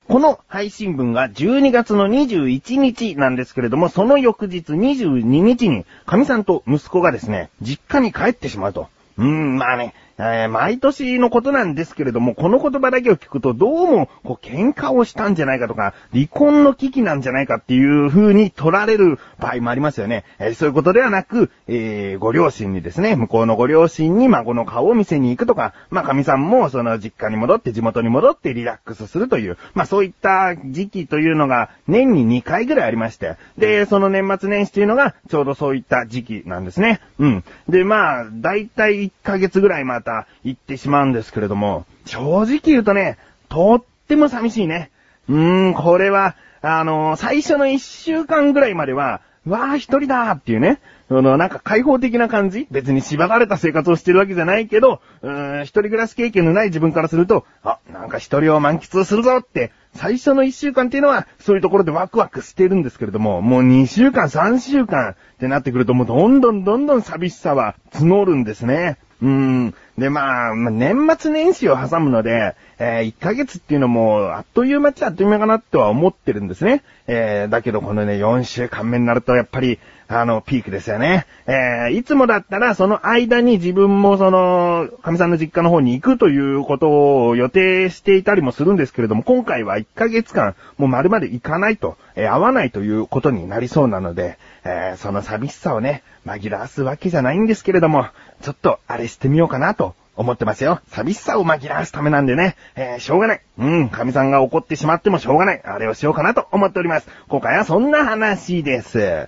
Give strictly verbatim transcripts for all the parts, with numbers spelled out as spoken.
この配信分がじゅうにがつのにじゅういちにちなんですけれども、その翌日にじゅうににちに、かみさんと息子がですね、実家に帰ってしまうと。うーん、まあね、えー、毎年のことなんですけれども、この言葉だけを聞くとどうも、こう、喧嘩をしたんじゃないかとか、離婚の危機なんじゃないかっていう風に取られる場合もありますよね。えー、そういうことではなく、えー、ご両親にですね、向こうのご両親に孫の顔を見せに行くとか、まあ、神さんもその実家に戻って、地元に戻ってリラックスするという、まあ、そういった時期というのが年ににかいぐらいありまして、で、その年末年始というのがちょうどそういった時期なんですね。うん。で、まあ、だいたいいっかげつぐらいまた行ってしまうんですけれども、正直言うとね、とっても寂しいね。うーん、これは、あのー、最初のいっしゅうかんぐらいまでは、わー一人だーっていうね、あの、なんか開放的な感じ、別に縛られた生活をしてるわけじゃないけど、うーん、一人暮らし経験のない自分からすると、あ、なんか一人を満喫するぞって、最初のいっしゅうかんっていうのは、そういうところでワクワクしてるんですけれども、もうにしゅうかん、さんしゅうかんってなってくると、もうどんどんどんどん寂しさは募るんですね。うーん。で、まあ、まあ、年末年始を挟むので、えー、いっかげつっていうのも、あっという間っちゃあっという間かなとは思ってるんですね。えー、だけどこのね、よんしゅうかんめになると、やっぱり、あの、ピークですよね。えー、いつもだったら、その間に自分もその、神さんの実家の方に行くということを予定していたりもするんですけれども、今回はいっかげつかん、もう丸々行かないと、えー、会わないということになりそうなので、えー、その寂しさをね、紛らわすわけじゃないんですけれども、ちょっとあれしてみようかなと思ってますよ。寂しさを紛らわすためなんでね、えー、しょうがない。うん、神さんが怒ってしまってもしょうがない。あれをしようかなと思っております。今回はそんな話です。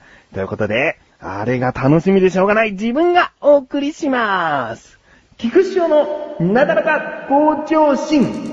ということで、あれが楽しみでしょうがない自分がお送りします。菊師匠のなだらか向上心。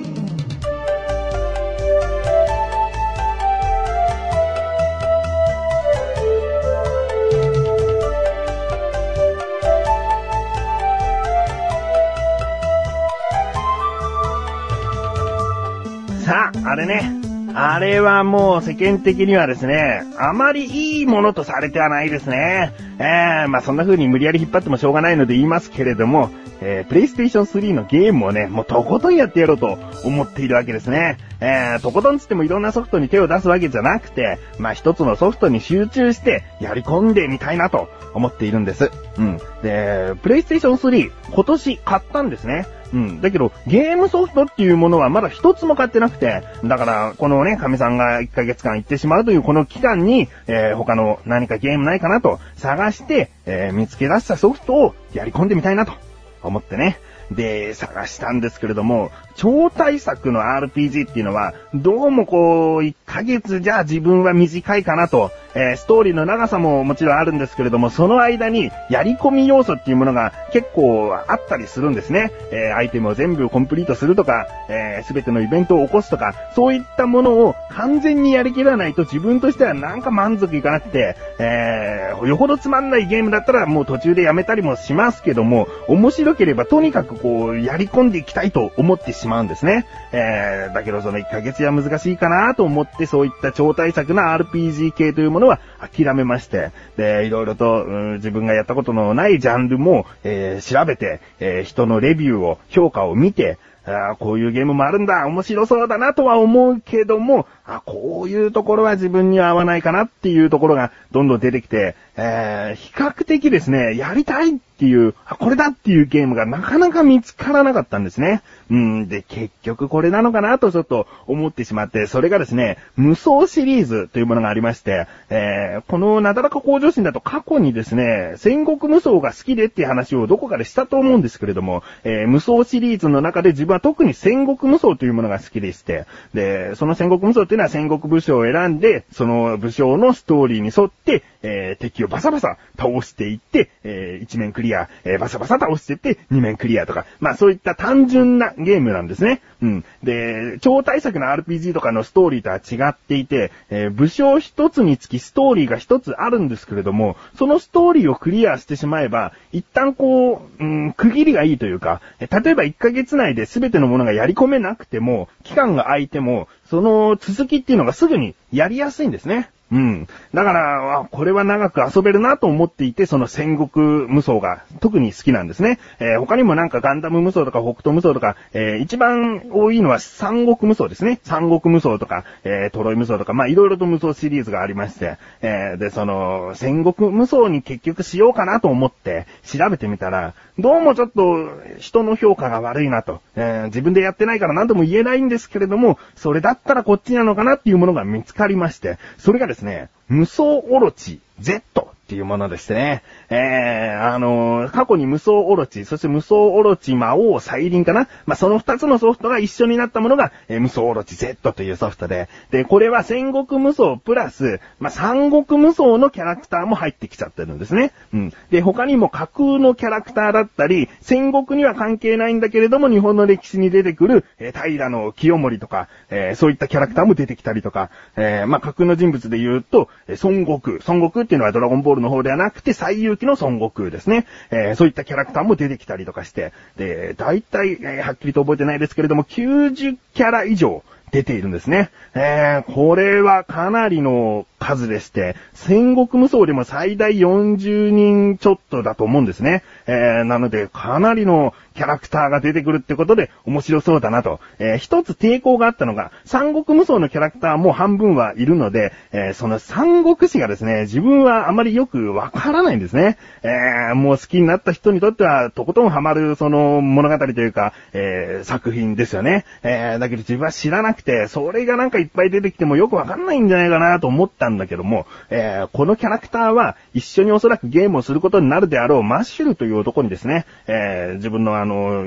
さあ、あれね。あれはもう世間的にはですね、あまりいいものとされてはないですね。えー、まあそんな風に無理やり引っ張ってもしょうがないので言いますけれども、えー、プレイステーションスリーのゲームをね、もうとことんやってやろうと思っているわけですね。えー、とことんつってもいろんなソフトに手を出すわけじゃなくて、まあ一つのソフトに集中してやり込んでみたいなと思っているんです。うん。で、プレイステーションスリー、今年買ったんですね。うん。だけど、ゲームソフトっていうものはまだ一つも買ってなくて、だから、このね、神さんがいっかげつかん行ってしまうというこの期間に、えー、他の何かゲームないかなと探して、えー、見つけ出したソフトをやり込んでみたいなと思ってね。で、探したんですけれども、超大作の アールピージー っていうのは、どうもこう、いっかげつじゃ自分は短いかなと、えー、ストーリーの長さももちろんあるんですけれども、その間にやり込み要素っていうものが結構あったりするんですね。えー、アイテムを全部コンプリートするとか、えー、全てのイベントを起こすとか、そういったものを完全にやりきらないと自分としてはなんか満足いかなくて、えー、よほどつまんないゲームだったらもう途中でやめたりもしますけども、面白ければとにかくこう、やり込んでいきたいと思ってしまうんですね。えー、だけどそのいっかげつは難しいかなと思ってそういった超大作な アールピージー 系というものは諦めまして、で、いろいろと、うん、自分がやったことのないジャンルも、えー、調べて、えー、人のレビューを、評価を見て、あこういうゲームもあるんだ、面白そうだなとは思うけども、あこういうところは自分には合わないかなっていうところがどんどん出てきて、えー、比較的ですね、やりたいっていう、あ、これだっていうゲームがなかなか見つからなかったんですね。うん、で、結局これなのかなとちょっと思ってしまって、それがですね、無双シリーズというものがありまして、えー、このなだらか向上心だと過去にですね、戦国無双が好きでっていう話をどこかでしたと思うんですけれども、えー、無双シリーズの中で自分は特に戦国無双というものが好きでして、で、その戦国無双というのは戦国武将を選んで、その武将のストーリーに沿って、えー、敵をバサバサ倒していって、えー、いち面クリア、えー、バサバサ倒していって、に面クリアとか、まあそういった単純なゲームなんですね。うん。で、超大作の アールピージー とかのストーリーとは違っていて、えー、武将一つにつきストーリーが一つあるんですけれども、そのストーリーをクリアしてしまえば、一旦こう、うん、区切りがいいというか、例えばいっかげつ内で全てのものがやり込めなくても、期間が空いても、その続きっていうのがすぐにやりやすいんですね。 うん。だから、これは長く遊べるなと思っていて、その戦国無双が特に好きなんですね。えー、他にもなんかガンダム無双とか北斗無双とか、えー、一番多いのは三国無双ですね。三国無双とか、えー、トロイ無双とか、まあいろいろと無双シリーズがありまして、えー、で、その、戦国無双に結局しようかなと思って調べてみたら、どうもちょっと人の評価が悪いなと、えー、自分でやってないから何とも言えないんですけれども、それだったらこっちなのかなっていうものが見つかりまして、それがですね、無双オロチ Zっていうものでしてね、えー、あのー、過去に無双オロチ、そして無双オロチ魔王再臨かな、まあ、その二つのソフトが一緒になったものが、えー、無双オロチ Z というソフトで、で、これは戦国無双プラス、まあ、三国無双のキャラクターも入ってきちゃってるんですね。うん。で、他にも架空のキャラクターだったり、戦国には関係ないんだけれども、日本の歴史に出てくる、えー、平の清盛とか、えー、そういったキャラクターも出てきたりとか、えー、まあ、架空の人物で言うと、孫悟空。孫悟空っていうのはドラゴンボールの方ではなくて、最勇気の孫悟空ですね。えー、そういったキャラクターも出てきたりとかして、で、大体、えー、はっきりと覚えてないですけれども、きゅうじゅうキャラ以上出ているんですね。えー、これはかなりの数でして、戦国無双でも最大よんじゅうにんちょっとだと思うんですね。えー、なので、かなりのキャラクターが出てくるってことで面白そうだなと。えー、一つ抵抗があったのが、三国無双のキャラクターも半分はいるので、えー、その三国志がですね、自分はあまりよくわからないんですね。えー、もう好きになった人にとっては、とことんハマるその物語というか、えー、作品ですよね。えー、だけど自分は知らなくて、それがなんかいっぱい出てきてもよくわかんないんじゃないかなと思ったんだけども、えー、このキャラクターは一緒におそらくゲームをすることになるであろうマッシュルという男にですね、えー、自分のあの、うん、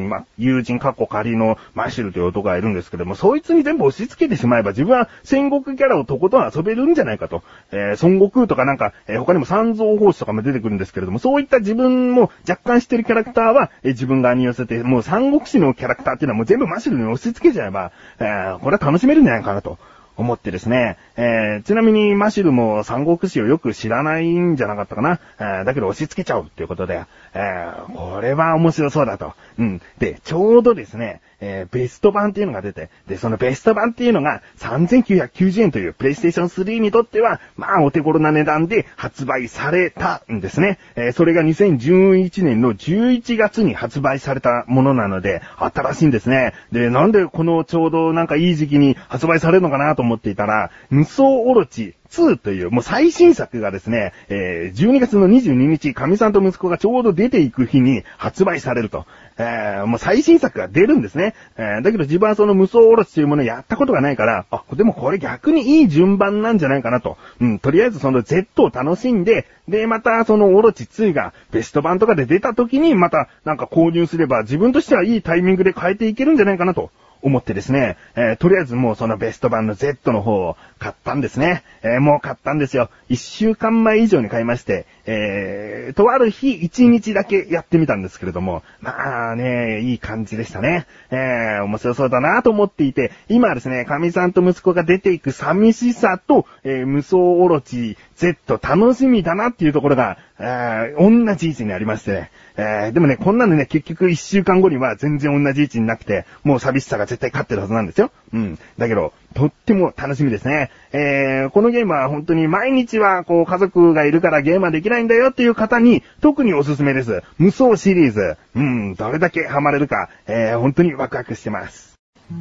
ま、友人過去仮のマッシュルという男がいるんですけども、そいつに全部押し付けてしまえば自分は戦国キャラをとことん遊べるんじゃないかと。えー、孫悟空とかなんか、えー、他にも三蔵法師とかも出てくるんですけれども、そういった自分も若干してるキャラクターは、えー、自分側に寄せて、もう三国志のキャラクターっていうのはもう全部マッシュルに押し付けちゃえば、えー、これは楽しめるんじゃないかなと思ってですね、えー、ちなみにマシルも三国志をよく知らないんじゃなかったかな、えー、だけど押し付けちゃうっていうことで、えー、これは面白そうだと。うん。で、ちょうどですね、えー、ベスト版っていうのが出て、で、そのベスト版っていうのがさんぜんきゅうひゃくきゅうじゅうえんというプレイステーションスリーにとっては、まあお手頃な値段で発売されたんですね。えー、それがにせんじゅういちねんのじゅういちがつに発売されたものなので、新しいんですね。で、なんでこのちょうどなんかいい時期に発売されるのかなと思っていたら、無双オロチツーという、もう最新作がですね、えー、じゅうにがつのにじゅうににち、神さんと息子がちょうど出ていく日に発売されると。えー、もう最新作が出るんですね。えー、だけど自分はその無双オロチというものをやったことがないから、あ、でもこれ逆にいい順番なんじゃないかなと。うん、とりあえずその Z を楽しんで、で、またそのオロチツーがベスト版とかで出た時にまたなんか購入すれば自分としてはいいタイミングで変えていけるんじゃないかなと思ってですね、えー、とりあえずもうそのベスト版の Z の方を買ったんですね。えー、もう買ったんですよ。一週間前以上に買いまして、えー、とある日一日だけやってみたんですけれども、まあね、いい感じでしたね。えー、面白そうだなと思っていて、今はですね、神さんと息子が出ていく寂しさと、えー、無双オロチ Z 楽しみだなっていうところが、えー、同じ位置にありましてね。えー、でもね、こんなのね、結局一週間後には全然同じ位置になくて、もう寂しさが絶対勝ってるはずなんですよ。うん。だけど、とっても楽しみですね。えー、このゲームは本当に毎日はこう家族がいるからゲームはできないんだよっていう方に特におすすめです。無双シリーズ。うん、どれだけハマれるか、えー、本当にワクワクしてます。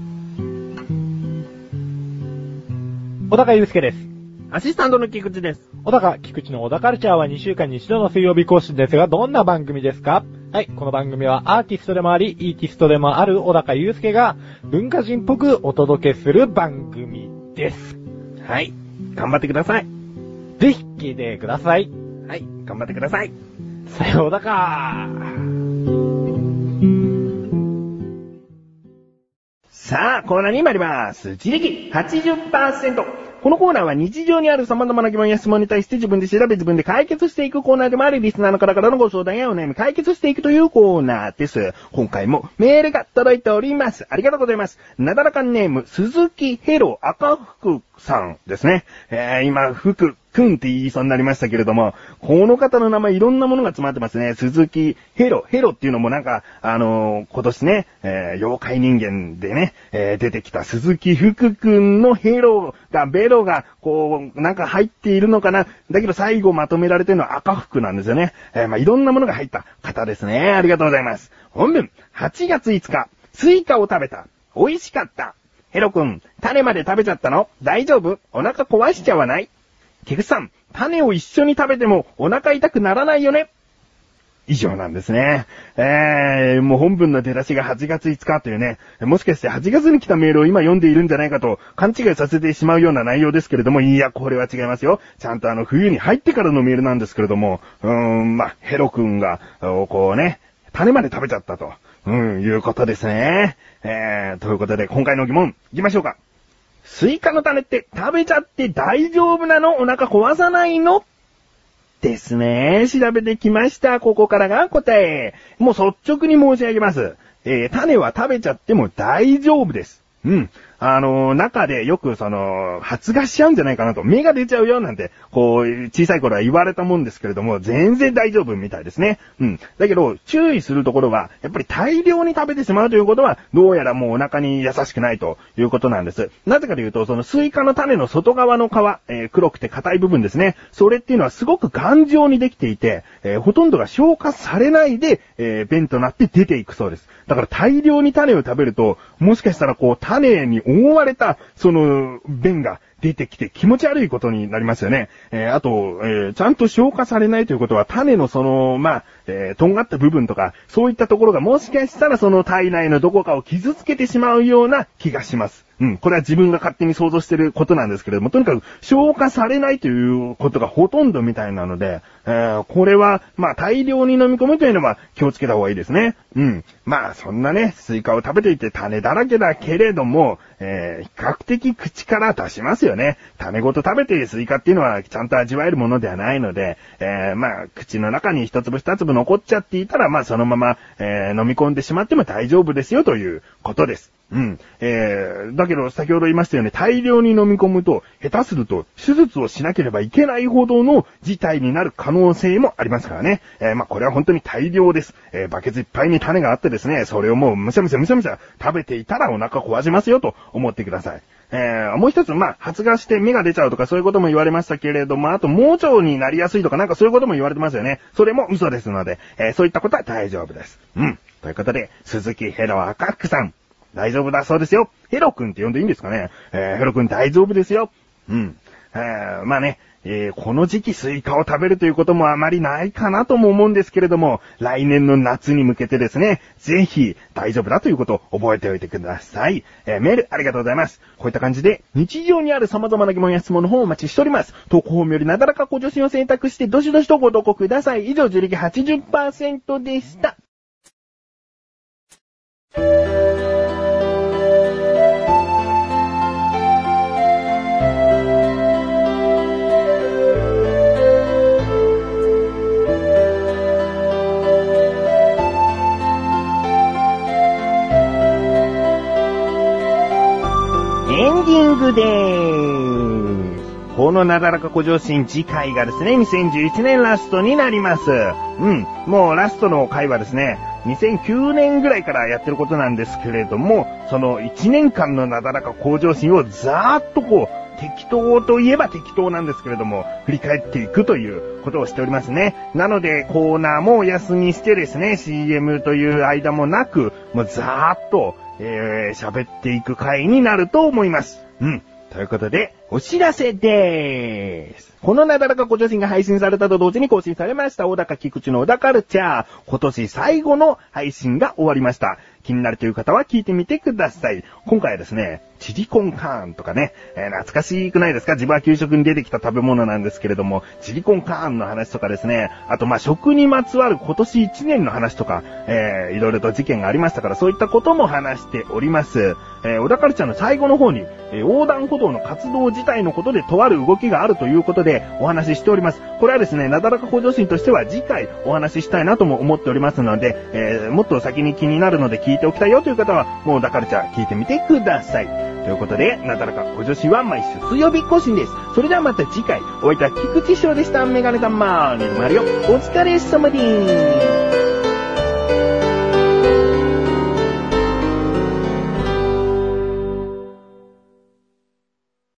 小高祐介です。 アシスタントの菊池です。 小高、菊池の小高カルチャーはにしゅうかんに一度の水曜日更新ですが、どんな番組ですか？はい、この番組はアーティストでもあり、イーティストでもある小高祐介が文化人っぽくお届けする番組です。 はい、頑張ってください。 ぜひ聞いてください。 はい、頑張ってください。 さようだか。 さあ、コーナーに参ります。自力 はちじゅっパーセント。このコーナーは日常にある様々な疑問や質問に対して自分で調べ自分で解決していくコーナーでもあり、リスナーの方からのご相談やお悩み解決していくというコーナーです。今回もメールが届いております。ありがとうございます。なだらかネーム、鈴木ヘロ赤福さんですね。えー、今、福くんって言いそうになりましたけれども、この方の名前いろんなものが詰まってますね。鈴木ヘロ。ヘロっていうのもなんか、あのー、今年ね、えー、妖怪人間でね、えー、出てきた鈴木福くんのヘロが、ベロが、こう、なんか入っているのかな。だけど最後まとめられてるのは赤福なんですよね。えー、まあ、いろんなものが入った方ですね。ありがとうございます。本文、はちがついつか、スイカを食べた。美味しかった。ヘロくん、種まで食べちゃったの？大丈夫？お腹壊しちゃわない？菊池さん、種を一緒に食べてもお腹痛くならないよね？以上なんですね。えー、もう本文の出だしがはちがついつかというね、もしかしてはちがつに来たメールを今読んでいるんじゃないかと勘違いさせてしまうような内容ですけれども、いや、これは違いますよ。ちゃんとあの冬に入ってからのメールなんですけれども、うーん、まあ、ヘロくんが、こうね、種まで食べちゃったと、うん、いうことですね。えー、ということで今回の疑問、行きましょうか。スイカの種って食べちゃって大丈夫なの？お腹壊さないの？ですね。調べてきました。ここからが答え。もう率直に申し上げます。えー、種は食べちゃっても大丈夫です。うん。あのー、中でよくその、発芽しちゃうんじゃないかなと、芽が出ちゃうよなんて、こう、小さい頃は言われたもんですけれども、全然大丈夫みたいですね。うん。だけど、注意するところは、やっぱり大量に食べてしまうということは、どうやらもうお腹に優しくないということなんです。なぜかというと、そのスイカの種の外側の皮、えー、黒くて硬い部分ですね。それっていうのはすごく頑丈にできていて、えー、ほとんどが消化されないで、えー、便となって出ていくそうです。だから大量に種を食べると、もしかしたらこう、種に覆われた、その、便が出てきて気持ち悪いことになりますよね。えー、あと、えー、ちゃんと消化されないということは、種のその、まあ、えー、とんがった部分とか、そういったところがもしかしたらその体内のどこかを傷つけてしまうような気がします。うん、これは自分が勝手に想像していることなんですけれども、とにかく消化されないということがほとんどみたいなので、えー、これは、まあ大量に飲み込むというのは気をつけた方がいいですね。うん。まあそんなね、スイカを食べていて種だらけだけれども、えー、比較的口から出しますよね。種ごと食べてスイカっていうのはちゃんと味わえるものではないので、えー、まあ口の中に一粒二粒残っちゃっていたら、まあそのまま、えー、飲み込んでしまっても大丈夫ですよということです。うん。えー、だけど先ほど言いましたよね、大量に飲み込むと、下手すると手術をしなければいけないほどの事態になる可能性もありますからね。えー、まあこれは本当に大量です。えー、バケツいっぱいに種があってですね、それをもうむしゃむしゃむしゃむしゃ食べていたらお腹壊しますよと思ってください。えー、もう一つ、まあ、発芽して芽が出ちゃうとかそういうことも言われましたけれども、あと盲腸になりやすいとかなんかそういうことも言われてますよね。それも嘘ですので、えー、そういったことは大丈夫です。うん。ということで、鈴木ヘロ赤福さん、大丈夫だそうですよ。ヘロ君って呼んでいいんですかね。えー、ヘロ君大丈夫ですよ。うん。えー、まあね、えー、この時期スイカを食べるということもあまりないかなとも思うんですけれども、来年の夏に向けてですね、ぜひ大丈夫だということを覚えておいてください。えー、メールありがとうございます。こういった感じで日常にある様々な疑問や質問の方をお待ちしております。投稿フォームよりなだらかご助身を選択してどしどしとご投稿ください。以上、自力 はちじゅっパーセント でした。エンディングでーす。このなだらかご上心、次回がですね、にせんじゅういちねんラストになります。うん。もうラストの回はですね、にせんきゅうねんぐらいからやってることなんですけれども、そのいちねんかんのなだらか向上心をざーっとこう、適当といえば適当なんですけれども、振り返っていくということをしておりますね。なので、コーナーもお休みしてですね、シーエム という間もなく、もうざーっと、えー、喋っていく回になると思います。うん。ということで、お知らせでーす。このなだらかご助身が配信されたと同時に更新されました、小高菊池の小高カルチャー。今年最後の配信が終わりました。気になるという方は聞いてみてください。今回はですね、チリコンカーンとかね、えー、懐かしくないですか？自分給食に出てきた食べ物なんですけれども、チリコンカーンの話とかですね、あとまあ食にまつわる今年いちねんの話とか、えー、いろいろと事件がありましたから、そういったことも話しております。えー、小田カルチャーの最後の方に、えー、横断歩道の活動自体のことでとある動きがあるということでお話ししております。これはですね、なだらか向上心としては次回お話ししたいなとも思っておりますので、えー、もっと先に気になるので聞いておきたいよという方は、もう小田カルチャー聞いてみてください。 ということで、なだらかご女子は毎週水曜日更新です。それではまた次回、お会いいた菊池翔でした。メガネタマーニのマリオ、お疲れ様です。